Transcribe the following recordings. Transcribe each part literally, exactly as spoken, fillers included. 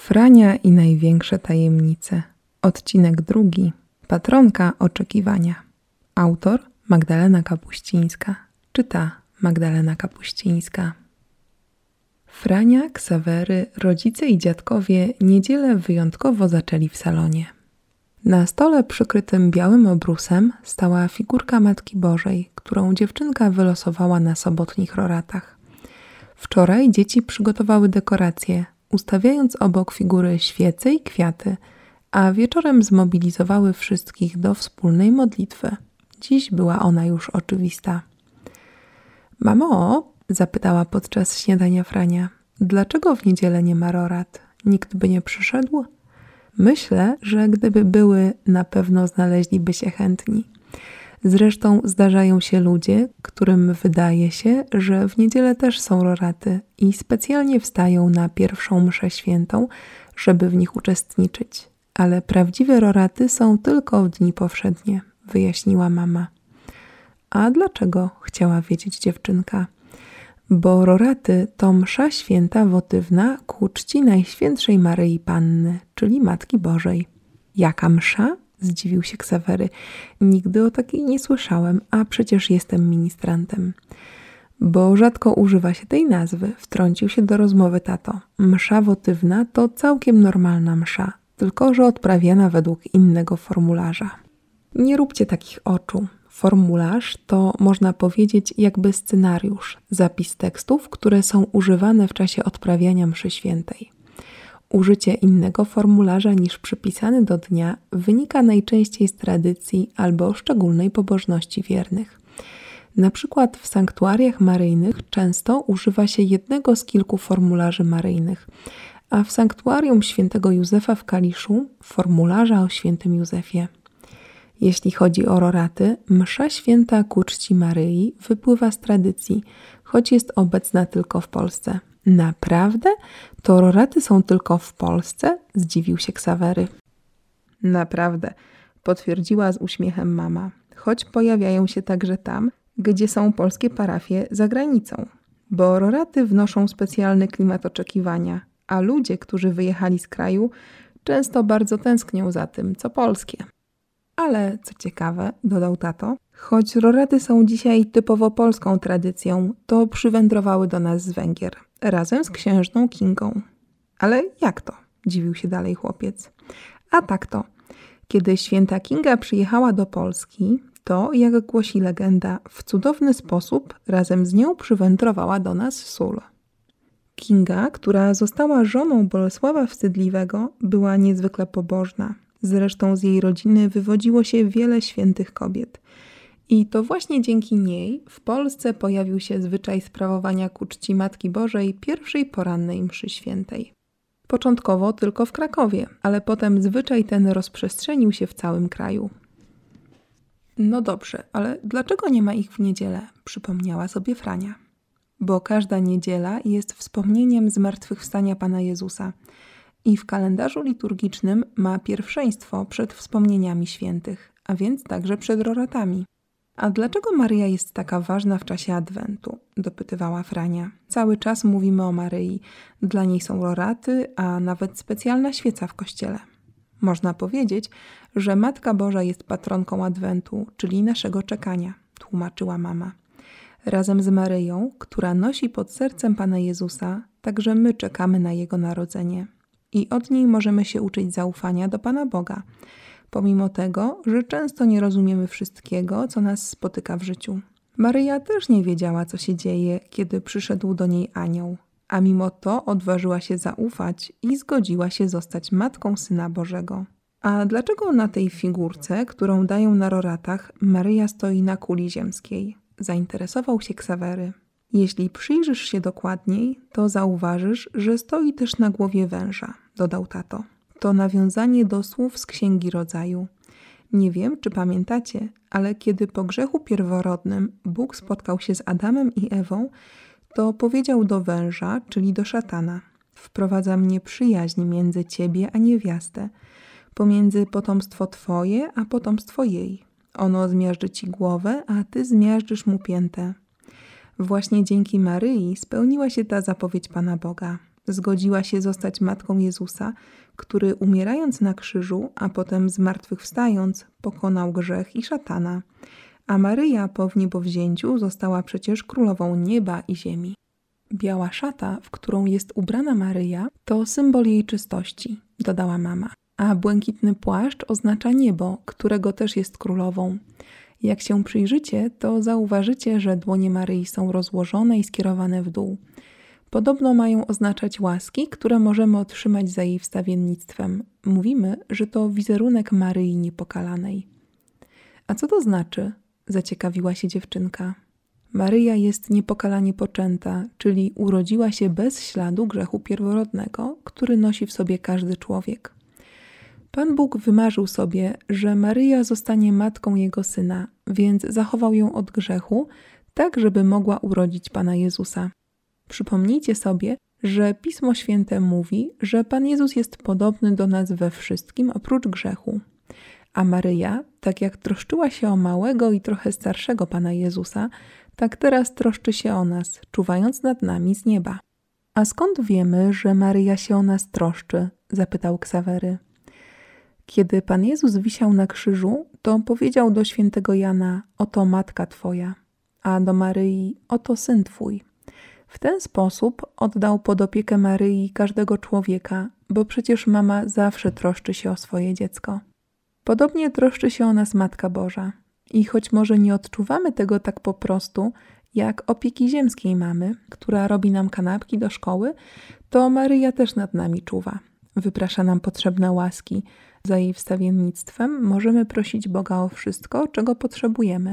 Frania i największe tajemnice. Odcinek drugi. Patronka oczekiwania. Autor Magdalena Kapuścińska. Czyta Magdalena Kapuścińska. Frania, Ksawery, rodzice i dziadkowie niedzielę wyjątkowo zaczęli w salonie. Na stole przykrytym białym obrusem stała figurka Matki Bożej, którą dziewczynka wylosowała na sobotnich roratach. Wczoraj dzieci przygotowały dekoracje, ustawiając obok figury świece i kwiaty, a wieczorem zmobilizowały wszystkich do wspólnej modlitwy. Dziś była ona już oczywista. Mamo, zapytała podczas śniadania Frania, dlaczego w niedzielę nie ma rorat? Nikt by nie przyszedł? Myślę, że gdyby były, na pewno znaleźliby się chętni. Zresztą zdarzają się ludzie, którym wydaje się, że w niedzielę też są roraty i specjalnie wstają na pierwszą mszę świętą, żeby w nich uczestniczyć. Ale prawdziwe roraty są tylko w dni powszednie, wyjaśniła mama. A dlaczego? Chciała wiedzieć dziewczynka. Bo roraty to msza święta wotywna ku czci Najświętszej Maryi Panny, czyli Matki Bożej. Jaka msza? Zdziwił się Ksawery. Nigdy o takiej nie słyszałem, a przecież jestem ministrantem. Bo rzadko używa się tej nazwy, wtrącił się do rozmowy tato. Msza wotywna to całkiem normalna msza, tylko że odprawiana według innego formularza. Nie róbcie takich oczu. Formularz to, można powiedzieć, jakby scenariusz, zapis tekstów, które są używane w czasie odprawiania mszy świętej. Użycie innego formularza niż przypisany do dnia wynika najczęściej z tradycji albo szczególnej pobożności wiernych. Na przykład w sanktuariach maryjnych często używa się jednego z kilku formularzy maryjnych, a w sanktuarium świętego Józefa w Kaliszu formularza o świętym Józefie. Jeśli chodzi o roraty, msza święta ku czci Maryi wypływa z tradycji, choć jest obecna tylko w Polsce. Naprawdę? To roraty są tylko w Polsce? Zdziwił się Ksawery. Naprawdę, potwierdziła z uśmiechem mama, choć pojawiają się także tam, gdzie są polskie parafie za granicą. Bo roraty wnoszą specjalny klimat oczekiwania, a ludzie, którzy wyjechali z kraju, często bardzo tęsknią za tym, co polskie. Ale, co ciekawe, dodał tato, choć roraty są dzisiaj typowo polską tradycją, to przywędrowały do nas z Węgier, razem z księżną Kingą. Ale jak to? Dziwił się dalej chłopiec. A tak to. Kiedy święta Kinga przyjechała do Polski, to, jak głosi legenda, w cudowny sposób razem z nią przywędrowała do nas sól. Kinga, która została żoną Bolesława Wstydliwego, była niezwykle pobożna. Zresztą z jej rodziny wywodziło się wiele świętych kobiet. I to właśnie dzięki niej w Polsce pojawił się zwyczaj sprawowania ku czci Matki Bożej pierwszej porannej mszy świętej. Początkowo tylko w Krakowie, ale potem zwyczaj ten rozprzestrzenił się w całym kraju. No dobrze, ale dlaczego nie ma ich w niedzielę? Przypomniała sobie Frania. Bo każda niedziela jest wspomnieniem zmartwychwstania Pana Jezusa i w kalendarzu liturgicznym ma pierwszeństwo przed wspomnieniami świętych, a więc także przed roratami. A dlaczego Maryja jest taka ważna w czasie Adwentu? Dopytywała Frania. Cały czas mówimy o Maryi. Dla niej są roraty, a nawet specjalna świeca w kościele. Można powiedzieć, że Matka Boża jest patronką Adwentu, czyli naszego czekania, tłumaczyła mama. Razem z Maryją, która nosi pod sercem Pana Jezusa, także my czekamy na Jego narodzenie. I od niej możemy się uczyć zaufania do Pana Boga, pomimo tego, że często nie rozumiemy wszystkiego, co nas spotyka w życiu. Maryja też nie wiedziała, co się dzieje, kiedy przyszedł do niej anioł, a mimo to odważyła się zaufać i zgodziła się zostać matką Syna Bożego. A dlaczego na tej figurce, którą dają na roratach, Maryja stoi na kuli ziemskiej? Zainteresował się Ksawery. Jeśli przyjrzysz się dokładniej, to zauważysz, że stoi też na głowie węża, dodał tato. To nawiązanie do słów z Księgi Rodzaju. Nie wiem, czy pamiętacie, ale kiedy po grzechu pierworodnym Bóg spotkał się z Adamem i Ewą, to powiedział do węża, czyli do szatana: wprowadzam nieprzyjaźń między ciebie a niewiastę, pomiędzy potomstwo twoje a potomstwo jej. Ono zmiażdży ci głowę, a ty zmiażdżysz mu piętę. Właśnie dzięki Maryi spełniła się ta zapowiedź Pana Boga. Zgodziła się zostać matką Jezusa, który umierając na krzyżu, a potem zmartwychwstając, pokonał grzech i szatana. A Maryja po wniebowzięciu została przecież królową nieba i ziemi. Biała szata, w którą jest ubrana Maryja, to symbol jej czystości, dodała mama. A błękitny płaszcz oznacza niebo, którego też jest królową. Jak się przyjrzycie, to zauważycie, że dłonie Maryi są rozłożone i skierowane w dół. Podobno mają oznaczać łaski, które możemy otrzymać za jej wstawiennictwem. Mówimy, że to wizerunek Maryi Niepokalanej. A co to znaczy? Zaciekawiła się dziewczynka. Maryja jest niepokalanie poczęta, czyli urodziła się bez śladu grzechu pierworodnego, który nosi w sobie każdy człowiek. Pan Bóg wymarzył sobie, że Maryja zostanie matką Jego Syna, więc zachował ją od grzechu, tak żeby mogła urodzić Pana Jezusa. Przypomnijcie sobie, że Pismo Święte mówi, że Pan Jezus jest podobny do nas we wszystkim oprócz grzechu. A Maryja, tak jak troszczyła się o małego i trochę starszego Pana Jezusa, tak teraz troszczy się o nas, czuwając nad nami z nieba. A skąd wiemy, że Maryja się o nas troszczy? Zapytał Ksawery. Kiedy Pan Jezus wisiał na krzyżu, to powiedział do świętego Jana: oto matka Twoja, a do Maryi: oto syn Twój. W ten sposób oddał pod opiekę Maryi każdego człowieka, bo przecież mama zawsze troszczy się o swoje dziecko. Podobnie troszczy się o nas Matka Boża. I choć może nie odczuwamy tego tak po prostu, jak opieki ziemskiej mamy, która robi nam kanapki do szkoły, to Maryja też nad nami czuwa. Wyprasza nam potrzebne łaski. Za jej wstawiennictwem możemy prosić Boga o wszystko, czego potrzebujemy.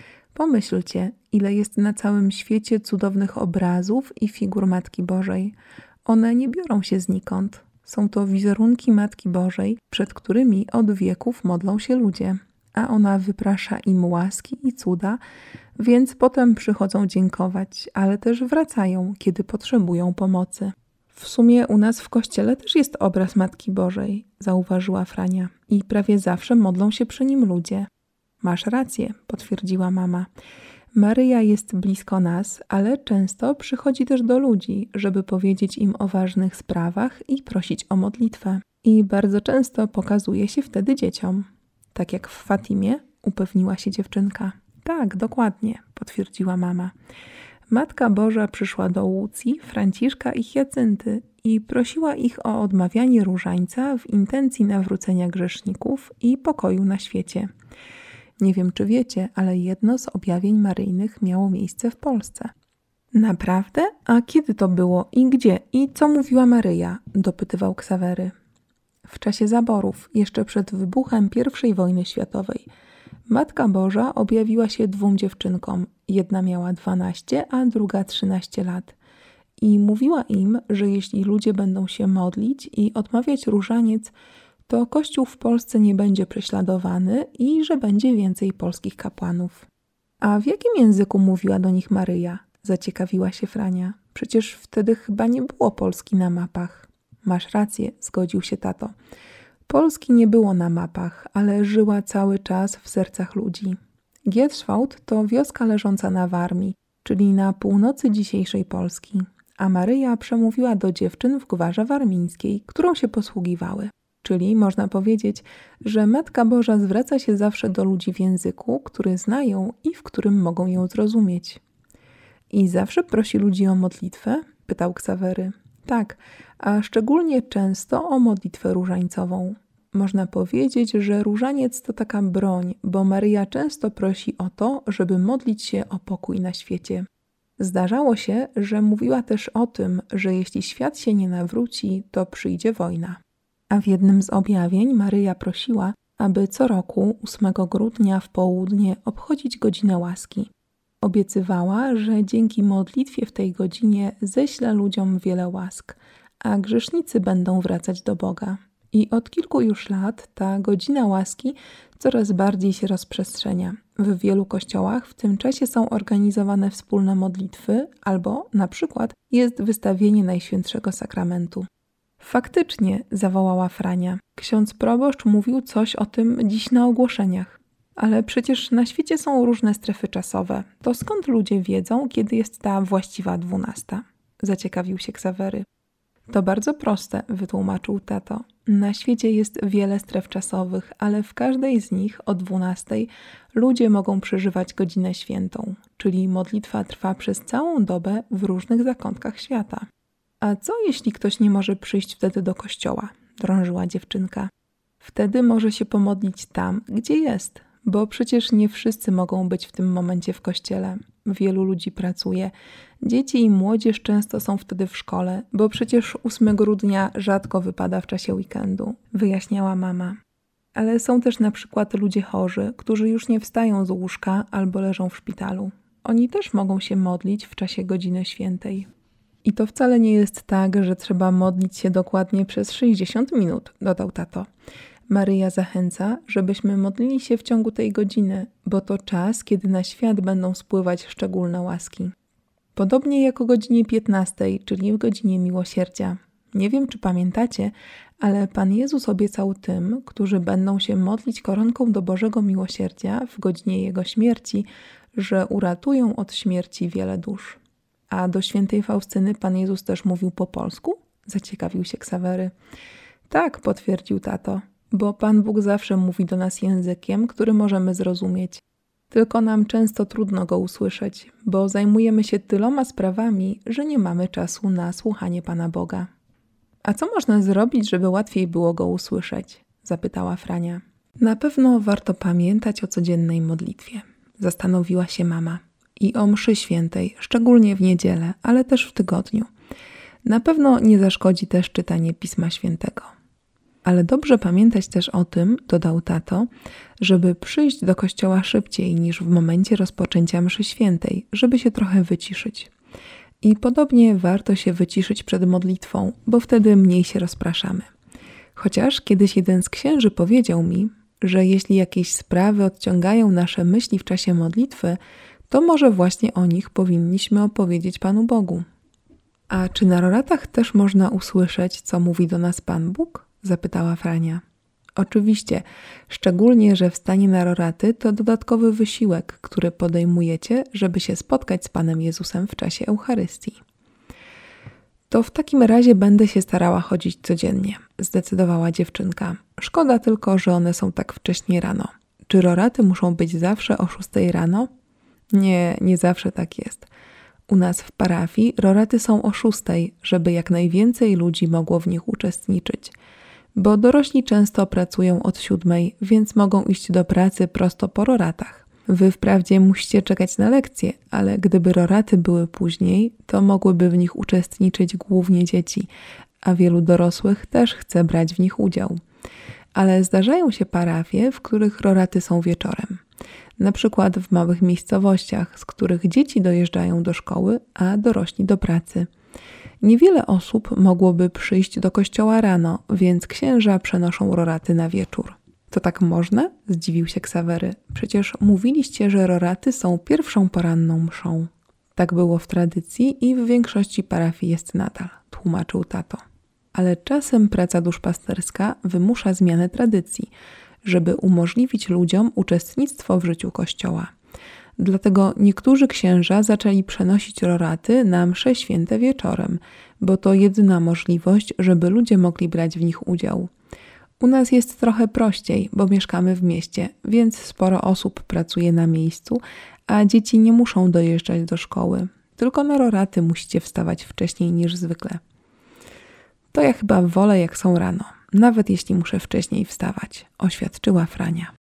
Pomyślcie, ile jest na całym świecie cudownych obrazów i figur Matki Bożej. One nie biorą się znikąd. Są to wizerunki Matki Bożej, przed którymi od wieków modlą się ludzie. A ona wyprasza im łaski i cuda, więc potem przychodzą dziękować, ale też wracają, kiedy potrzebują pomocy. W sumie u nas w kościele też jest obraz Matki Bożej, zauważyła Frania, i prawie zawsze modlą się przy nim ludzie. Masz rację, potwierdziła mama. Maryja jest blisko nas, ale często przychodzi też do ludzi, żeby powiedzieć im o ważnych sprawach i prosić o modlitwę. I bardzo często pokazuje się wtedy dzieciom. Tak jak w Fatimie, upewniła się dziewczynka. Tak, dokładnie, potwierdziła mama. Matka Boża przyszła do Łucji, Franciszka i Hiacynty i prosiła ich o odmawianie różańca w intencji nawrócenia grzeszników i pokoju na świecie. Nie wiem, czy wiecie, ale jedno z objawień maryjnych miało miejsce w Polsce. Naprawdę? A kiedy to było i gdzie? I co mówiła Maryja? Dopytywał Ksawery. W czasie zaborów, jeszcze przed wybuchem pierwszej wojny światowej. Matka Boża objawiła się dwóm dziewczynkom. Jedna miała dwanaście, a druga trzynaście lat. I mówiła im, że jeśli ludzie będą się modlić i odmawiać różaniec, to Kościół w Polsce nie będzie prześladowany i że będzie więcej polskich kapłanów. A w jakim języku mówiła do nich Maryja? Zaciekawiła się Frania. Przecież wtedy chyba nie było Polski na mapach. Masz rację, zgodził się tato. Polski nie było na mapach, ale żyła cały czas w sercach ludzi. Gietrzwałd to wioska leżąca na Warmii, czyli na północy dzisiejszej Polski, a Maryja przemówiła do dziewczyn w gwarze warmińskiej, którą się posługiwały. Czyli można powiedzieć, że Matka Boża zwraca się zawsze do ludzi w języku, który znają i w którym mogą ją zrozumieć. I zawsze prosi ludzi o modlitwę? Pytał Ksawery. Tak, a szczególnie często o modlitwę różańcową. Można powiedzieć, że różaniec to taka broń, bo Maryja często prosi o to, żeby modlić się o pokój na świecie. Zdarzało się, że mówiła też o tym, że jeśli świat się nie nawróci, to przyjdzie wojna. A w jednym z objawień Maryja prosiła, aby co roku ósmego grudnia w południe obchodzić godzinę łaski. Obiecywała, że dzięki modlitwie w tej godzinie ześle ludziom wiele łask, a grzesznicy będą wracać do Boga. I od kilku już lat ta godzina łaski coraz bardziej się rozprzestrzenia. W wielu kościołach w tym czasie są organizowane wspólne modlitwy albo na przykład jest wystawienie Najświętszego Sakramentu. Faktycznie, zawołała Frania. Ksiądz proboszcz mówił coś o tym dziś na ogłoszeniach. Ale przecież na świecie są różne strefy czasowe. To skąd ludzie wiedzą, kiedy jest ta właściwa dwunasta? Zaciekawił się Ksawery. To bardzo proste, wytłumaczył tato. Na świecie jest wiele stref czasowych, ale w każdej z nich o dwunastej ludzie mogą przeżywać godzinę świętą, czyli modlitwa trwa przez całą dobę w różnych zakątkach świata. A co jeśli ktoś nie może przyjść wtedy do kościoła? Drążyła dziewczynka. Wtedy może się pomodlić tam, gdzie jest, bo przecież nie wszyscy mogą być w tym momencie w kościele. Wielu ludzi pracuje. Dzieci i młodzież często są wtedy w szkole, bo przecież ósmego grudnia rzadko wypada w czasie weekendu, wyjaśniała mama. Ale są też na przykład ludzie chorzy, którzy już nie wstają z łóżka albo leżą w szpitalu. Oni też mogą się modlić w czasie godziny świętej. I to wcale nie jest tak, że trzeba modlić się dokładnie przez sześćdziesiąt minut, dodał tato. Maryja zachęca, żebyśmy modlili się w ciągu tej godziny, bo to czas, kiedy na świat będą spływać szczególne łaski. Podobnie jak o godzinie piętnastej, czyli w godzinie miłosierdzia. Nie wiem, czy pamiętacie, ale Pan Jezus obiecał tym, którzy będą się modlić koronką do Bożego Miłosierdzia w godzinie Jego śmierci, że uratują od śmierci wiele dusz. A do świętej Faustyny Pan Jezus też mówił po polsku? Zaciekawił się Ksawery. Tak, potwierdził tato, bo Pan Bóg zawsze mówi do nas językiem, który możemy zrozumieć. Tylko nam często trudno go usłyszeć, bo zajmujemy się tyloma sprawami, że nie mamy czasu na słuchanie Pana Boga. A co można zrobić, żeby łatwiej było go usłyszeć? Zapytała Frania. Na pewno warto pamiętać o codziennej modlitwie. Zastanowiła się mama. I o mszy świętej, szczególnie w niedzielę, ale też w tygodniu. Na pewno nie zaszkodzi też czytanie Pisma Świętego. Ale dobrze pamiętać też o tym, dodał tato, żeby przyjść do kościoła szybciej niż w momencie rozpoczęcia mszy świętej, żeby się trochę wyciszyć. I podobnie warto się wyciszyć przed modlitwą, bo wtedy mniej się rozpraszamy. Chociaż kiedyś jeden z księży powiedział mi, że jeśli jakieś sprawy odciągają nasze myśli w czasie modlitwy, to może właśnie o nich powinniśmy opowiedzieć Panu Bogu. A czy na roratach też można usłyszeć, co mówi do nas Pan Bóg? Zapytała Frania. Oczywiście, szczególnie, że wstanie na roraty to dodatkowy wysiłek, który podejmujecie, żeby się spotkać z Panem Jezusem w czasie Eucharystii. To w takim razie będę się starała chodzić codziennie, zdecydowała dziewczynka. Szkoda tylko, że one są tak wcześnie rano. Czy roraty muszą być zawsze o szóstej rano? Nie, nie zawsze tak jest. U nas w parafii roraty są o szóstej, żeby jak najwięcej ludzi mogło w nich uczestniczyć. Bo dorośli często pracują od siódmej, więc mogą iść do pracy prosto po roratach. Wy wprawdzie musicie czekać na lekcje, ale gdyby roraty były później, to mogłyby w nich uczestniczyć głównie dzieci, a wielu dorosłych też chce brać w nich udział. Ale zdarzają się parafie, w których roraty są wieczorem. Na przykład w małych miejscowościach, z których dzieci dojeżdżają do szkoły, a dorośli do pracy. Niewiele osób mogłoby przyjść do kościoła rano, więc księża przenoszą roraty na wieczór. To tak można? Zdziwił się Ksawery. Przecież mówiliście, że roraty są pierwszą poranną mszą. Tak było w tradycji i w większości parafii jest nadal, tłumaczył tato. Ale czasem praca duszpasterska wymusza zmianę tradycji, żeby umożliwić ludziom uczestnictwo w życiu Kościoła. Dlatego niektórzy księża zaczęli przenosić roraty na msze święte wieczorem, bo to jedyna możliwość, żeby ludzie mogli brać w nich udział. U nas jest trochę prościej, bo mieszkamy w mieście, więc sporo osób pracuje na miejscu, a dzieci nie muszą dojeżdżać do szkoły. Tylko na roraty musicie wstawać wcześniej niż zwykle. To ja chyba wolę, jak są rano, nawet jeśli muszę wcześniej wstawać, oświadczyła Frania.